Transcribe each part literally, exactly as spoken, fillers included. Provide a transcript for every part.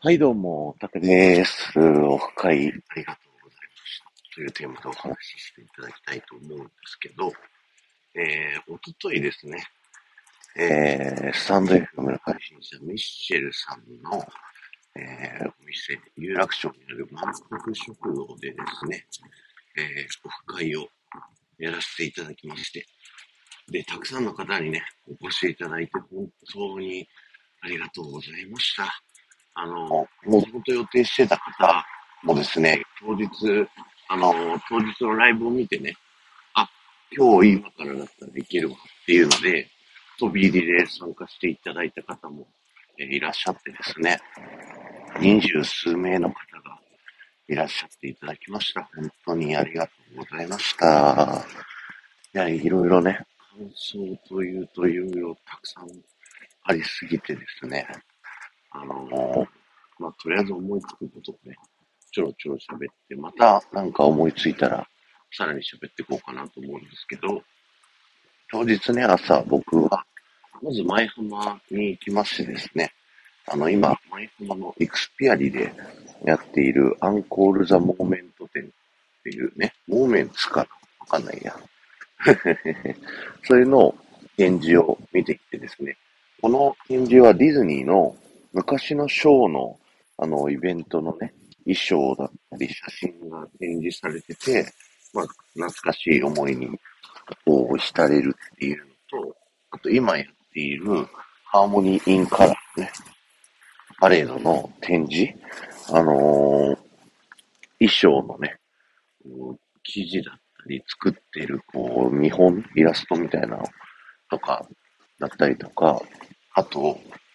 はい、どうも、タケです。オフ会ありがとうございました。というテーマでお話ししていただきたいと思うんですけど、えー、おとといですね、えー、スタンド エフエム の配信者、ミッシェルさんの、えー、お店、有楽町にある満腹食堂でですね、えー、オフ会をやらせていただきまして、で、たくさんの方にね、お越しいただいて、本当にありがとうございました。あの、もともと予定してた方もですね、当日、あの、当日のライブを見てね、あ、今日今からだったらできるわっていうので、飛び入りで参加していただいた方も、えーいらっしゃってですね、二十数名の方がいらっしゃっていただきました。本当にありがとうございました。いや、いろいろね、感想というといろいろたくさんありすぎてですね、あのーまあ、とりあえず思いつくことをね、ちょろちょろ喋って、またなんか思いついたら、さらに喋っていこうかなと思うんですけど、当日ね、朝僕は、まず舞浜に行きましてですね、あの今、舞浜のイクスピアリでやっているアンコール・ザ・モーメント展っていうね、モーメンツかなわかんないや。そういうのを展示を見てきてですね、この展示はディズニーの昔のショーのあのイベントのね、衣装だったり写真が展示されてて、まあ、懐かしい思いにこう浸れるっていうのと、あと今やっているハーモニー・イン・カラーね、パレードの展示、あのー衣装のね、こう生地だったり作っているこう見本、イラストみたいなのとかだったりとか、あと、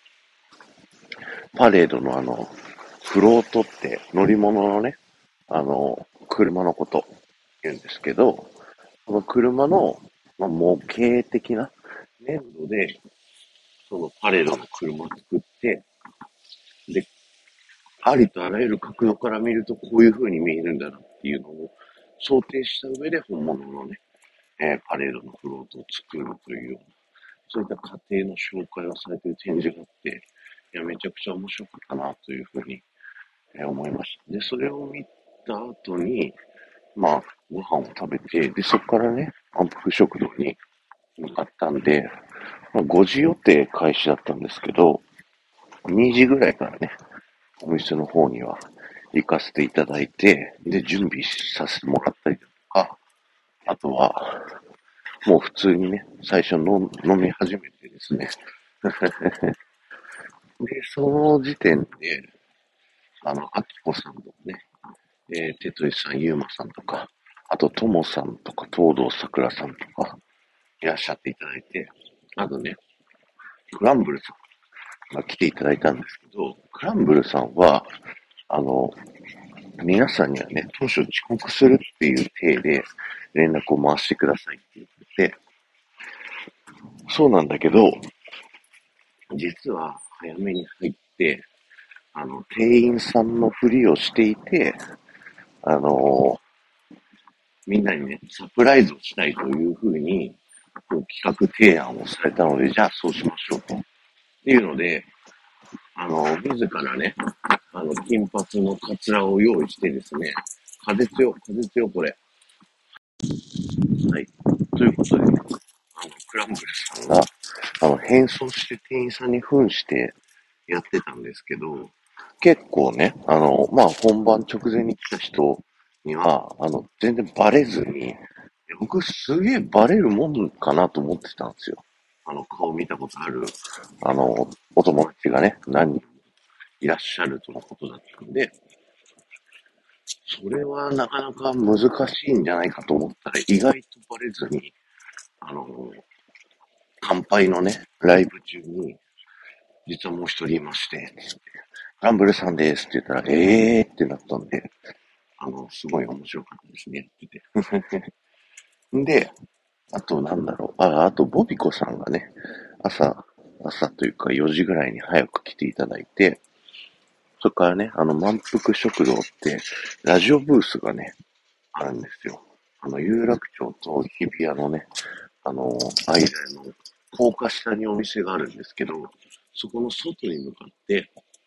パレードのあの、フロートって乗り物のね、あの、車のこと言うんですけど、その車の、まあ、模型的な粘土で、そのパレードの車を作って、で、ありとあらゆる角度から見るとこういう風に見えるんだなっていうのを想定した上で本物のね、えーパレードのフロートを作るというような、そういった過程の紹介をされている展示があって、いや、めちゃくちゃ面白かったなというふうに、えー思いました。で、それを見た後に、まあ、ご飯を食べて、で、そこからね、満腹食堂に向かったんで、まあ、ごじ予定開始だったんですけど、にじぐらいからね、お店の方には行かせていただいて、で、準備させてもらったりとか、あとは、もう普通にね、最初の飲み始めてですね。で、その時点で、あの、アキコさんとかね、えー、テトリスさん、ユーマさんとか、あと、トモさんとか、東堂桜さんとか、いらっしゃっていただいて、あとね、クランブルさんが来ていただいたんですけど、クランブルさんは、あの、皆さんにはね、当初遅刻するっていう体で連絡を回してくださいって言ってて、そうなんだけど、実は早めに入って、あの、店員さんのふりをしていて、あのみんなにね、サプライズをしたいというふうに、こう企画提案をされたので、じゃあそうしましょうと。っていうので、あの、自らね、あの、金髪のカツラを用意してですね、風強、風強これ。はい。ということでね、あの、クランブルさんが、あの、変装して店員さんに扮してやってたんですけど、結構ね、あの、まあ、本番直前に来た人には、あの、全然バレずに、僕すげえバレるもんかなと思ってたんですよ。あの、顔見たことある、あの、お友達がね、何人もいらっしゃるとのことだったんで、それはなかなか難しいんじゃないかと思ったら、意外とバレずに、あの、乾杯のね、ライブ中に、実はもう一人いまして、ランブルさんですって言ったら、えーってなったんで、あの、すごい面白かったですね、やってて。んで、あとなんだろう、あ、あとボビコさんがね、朝、朝というかよじぐらいに早く来ていただいて、それからね、あの、満腹食堂って、ラジオブースがね、あるんですよ。あの、有楽町と日比谷のね、あの、間の高架下にお店があるんですけど、そこの外に向かって、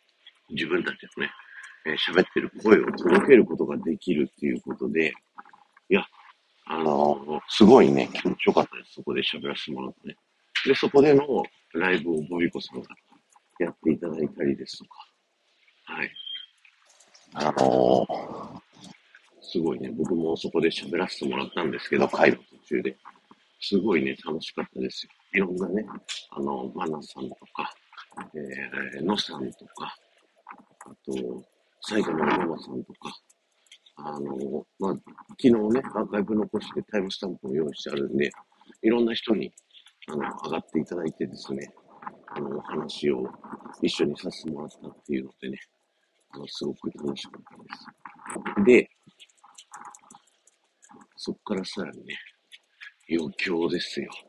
自分たちのね、えー喋ってる声を届けることができるっていうことで、いや、あのーすごいね、気持ちよかったです。そこで喋らせてもらってね。で、そこでのライブをボビコさんがやっていただいたりですとか、はい。あのーすごいね、僕もそこで喋らせてもらったんですけど、会の途中で。すごいね、楽しかったですよ。いろんなね、あの、マナさんとか、えー、のさんとか、あと、埼玉のママさんとか、あの、まあ、昨日ね、アーカイブ残してタイムスタンプを用意してあるんで、いろんな人に、あの、上がっていただいてですね、あの、お話を一緒にさせてもらったっていうのでね、あの、すごく楽しかったです。で、そっからさらにね、余興ですよ。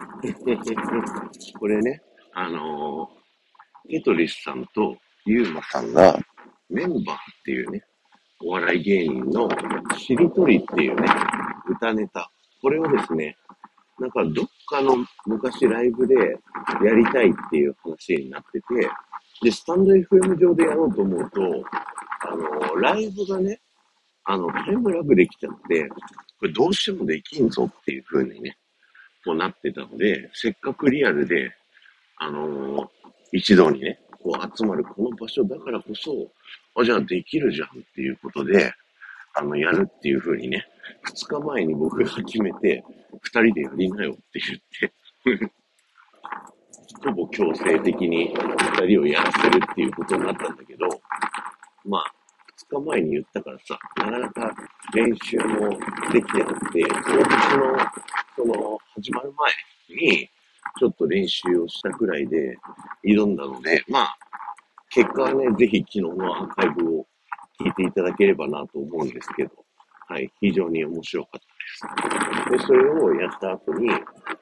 これね、あのー、テトリスさんとユーマさんがメンバーっていうね、お笑い芸人のしりとりっていうね、歌ネタ。これをですね、なんかどっかの昔ライブでやりたいっていう話になってて、で、スタンド エフエム 上でやろうと思うと、あの、ライブがね、あの、タイムラグできちゃって、これどうしてもできんぞっていう風にね、こうなってたので、せっかくリアルで、あのー一堂にね、こう集まるこの場所だからこそ、あ、じゃあできるじゃんっていうことで、あの、やるっていう風にね、二日前に僕が決めて、二人でやりなよって言って、ほぼ強制的に二人をやらせるっていうことになったんだけど、まあ、二日前に言ったからさ、なかなか練習もできてなくて、その年の、その、始まる前に、ちょっと練習をしたくらいで挑んだので、まあ、結果はね、ぜひ昨日のアーカイブを聞いていただければなと思うんですけど、はい、非常に面白かったです。で、それをやった後に、え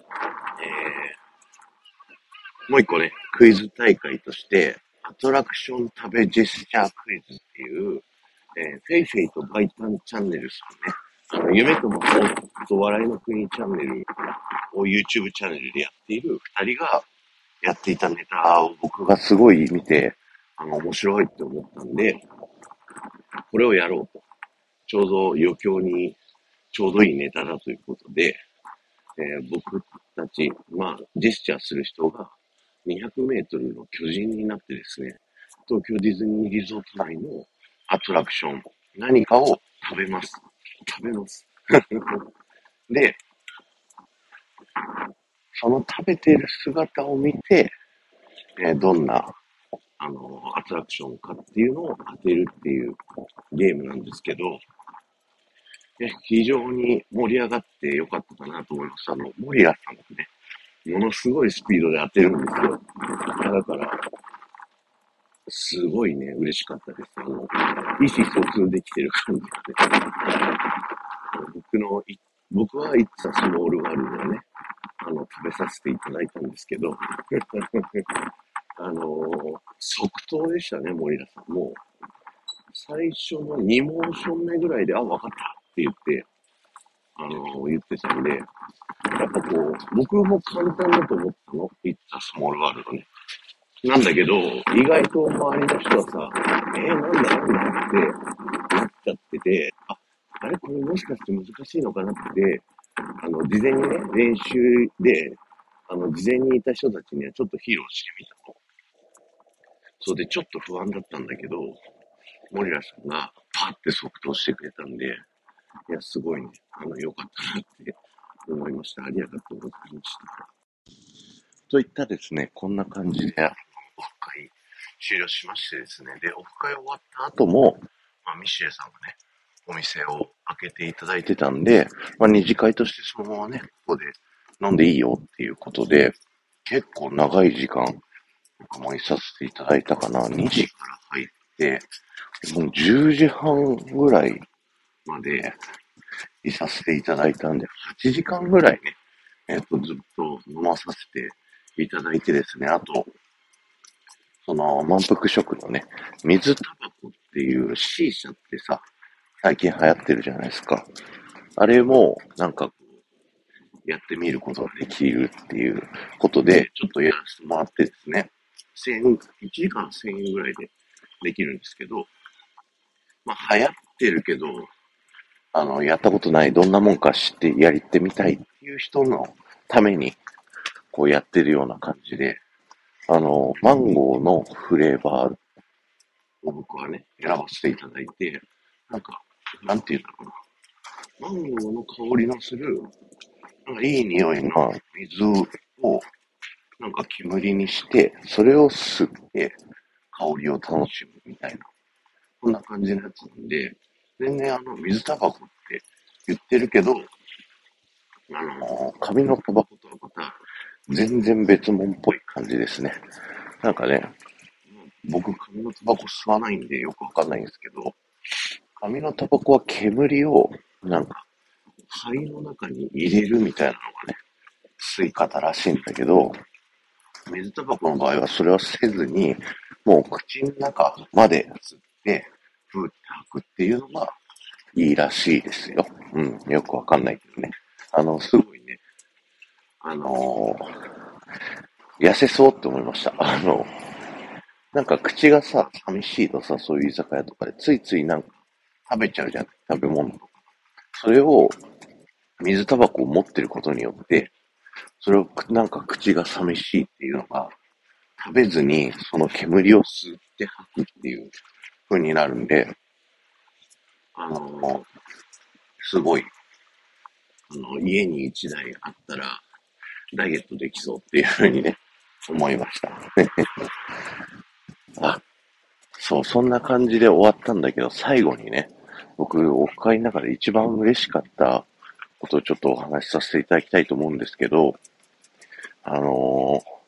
ー、もう一個ね、クイズ大会として、アトラクション食べジェスチャークイズっていう、えー、フェイフェイとバイタンチャンネルさんね、あの、夢と魔法と笑いの国チャンネルを YouTube チャンネルでやっている二人がやっていたネタを僕がすごい見て、あの、面白いって思ったんで、これをやろうと。ちょうど余興にちょうどいいネタだということで、えー僕たち、まあ、ジェスチャーする人がにひゃくメートルの巨人になってですね、東京ディズニーリゾート内のアトラクション、何かを食べます。食べます。で、その食べている姿を見て、えーどんな、あの、アトラクションかっていうのを当てるっていうゲームなんですけど、え非常に盛り上がってよかったかなと思います。あの、モリラさんがね、ものすごいスピードで当てるんですよ。だから、すごいね、嬉しかったです。あの、意思疎通できてる感じがね。僕のい、僕は It's a Small World をね、あの、食べさせていただいたんですけど、あのー即答でしたね、森田さん。もう、最初のにモーション目ぐらいで、あ、わかったって言って、あのー言ってたんで、やっぱこう、僕も簡単だと思ったの。It's a Small World ね。なんだけど、意外と周りの人はさ、えー、なんだなんだってなっちゃってて、あ、あれこれもしかして難しいのかなって、あの、事前にね、練習で、あの、事前にいた人たちにはちょっと披露してみたの。そうで、ちょっと不安だったんだけど、森田さんがパーって即答してくれたんで、いや、すごいね、あの、良かったなって思いました。ありがとうございました。といったですね、こんな感じで、オフ会終了しましてですね、で、オフ会終わった後も、まあ、ミシェルさんがね、お店を開けていただいてたんで、まあ、二次会としてそのままね、ここで飲んでいいよっていうことで、結構長い時間、僕もいさせていただいたかな。にじから入って、もうじゅうじはんぐらいまでいさせていただいたんで、はちじかんぐらいね、えっと、ずっと飲まさせていただいてですね、あと、その、満腹食のね、水タバコっていう C 社ってさ、最近流行ってるじゃないですか。あれも、なんかこう、やってみることができるっていうことで、ちょっとやらせてもらってですね、せん、いちじかんせんえんぐらいでできるんですけど、まあ流行ってるけど、あの、やったことない、どんなもんか知ってやりてみたいっていう人のために、こうやってるような感じで、あの、マンゴーのフレーバーを僕はね、選ばせていただいて、なんか、なんていうんだろうな。マンゴーの香りのする、なんかいい匂いの水を、なんか煙にして、それを吸って香りを楽しむみたいな、こんな感じのやつなんで、全然あの、水タバコって言ってるけど、あのー紙のタバコとはまた、全然別物っぽい感じですね。なんかね、僕紙のタバコ吸わないんでよくわかんないんですけど、紙のタバコは煙を、なんか、肺の中に入れるみたいなのがね、吸い方らしいんだけど、水タバコの場合はそれはせずに、もう口の中まで吸って、ふーって吐くっていうのがいいらしいですよ。うん、よくわかんないけどね。あの、すごいね、あのー痩せそうって思いました。あの、なんか口がさ、寂しいとさ、そういう居酒屋とかでついついなんか食べちゃうじゃん。食べ物とか。それを水タバコを持ってることによって、それをなんか口が寂しいっていうのが、食べずにその煙を吸って吐くっていう風になるんで、あのーすごい、あの、家に一台あったら、ダイエットできそうっていう風にね、思いました。あ、そう、そんな感じで終わったんだけど、最後にね、僕、オフ会の中で一番嬉しかったことをちょっとお話しさせていただきたいと思うんですけど、あのー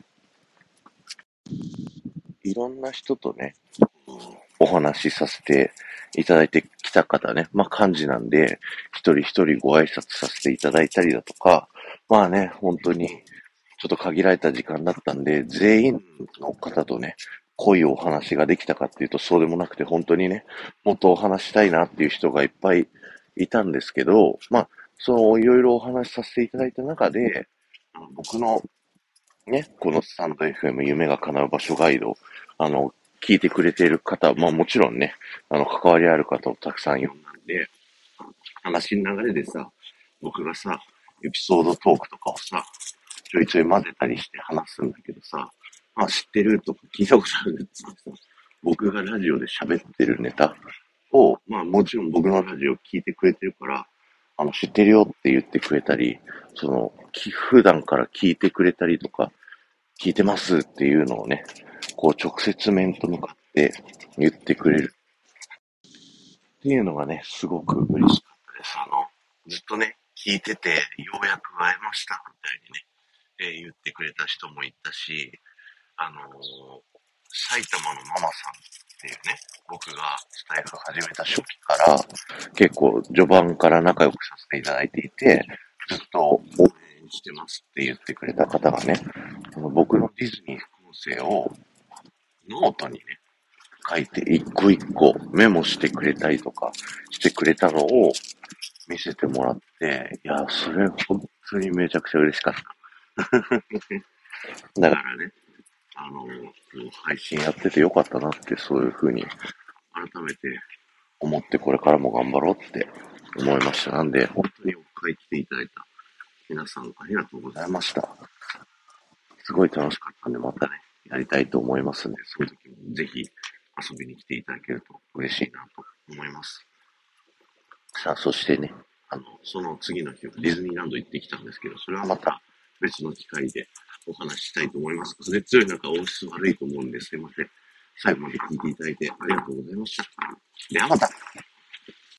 いろんな人とね、お話しさせていただいてきた方ね、まあ幹事なんで、一人一人ご挨拶させていただいたりだとか、まあね、本当にちょっと限られた時間だったんで、全員の方とね、濃いお話ができたかっていうとそうでもなくて、本当にね、もっとお話したいなっていう人がいっぱいいたんですけど、まあ、そのいろいろお話しさせていただいた中で、あの僕のね、このスタンド エフエム 夢が叶う場所ガイド、あの、聞いてくれている方、まあもちろんね、あの、関わりある方をたくさん呼んだんで、話の流れでさ、僕がさ、エピソードトークとかをさ、ちょいちょい混ぜたりして話すんだけどさ、まあ知ってるとか聞いたことあるっつってさ、僕がラジオで喋ってるネタを、まあもちろん僕のラジオ聞いてくれてるから、あの、知ってるよって言ってくれたり、その、き普段から聞いてくれたりとか、聞いてますっていうのをね、こう直接面と向かって言ってくれるっていうのがね、すごく嬉しかったです。あの、ずっとね、聞いてて、ようやく会えましたみたいにね、えー言ってくれた人もいたし、あのー埼玉のママさんっていうね、僕がスタイフ始めた初期から結構序盤から仲良くさせていただいていて、ずっと応援してますって言ってくれた方がね、あの僕のディズニー副音声をノートにね、書いて一個一個メモしてくれたりとかしてくれたのを見せてもらって、いや、それ本当にめちゃくちゃ嬉しかった。だからね、あの、配信やっててよかったなって、そういう風に改めて思ってこれからも頑張ろうって思いました。なんで、本当にお会来ていただいた皆さんありがとうございました。すごい楽しかったんで、またね、やりたいと思いますんで、その時もぜひ遊びに来ていただけると嬉しいなと思います。さあ、そしてね、あの、その次の日はディズニーランド行ってきたんですけど、それはまた別の機会でお話ししたいと思います。風強い中、音質悪いと思うんですいません。最後まで聞いていただいてありがとうございました。ではまた。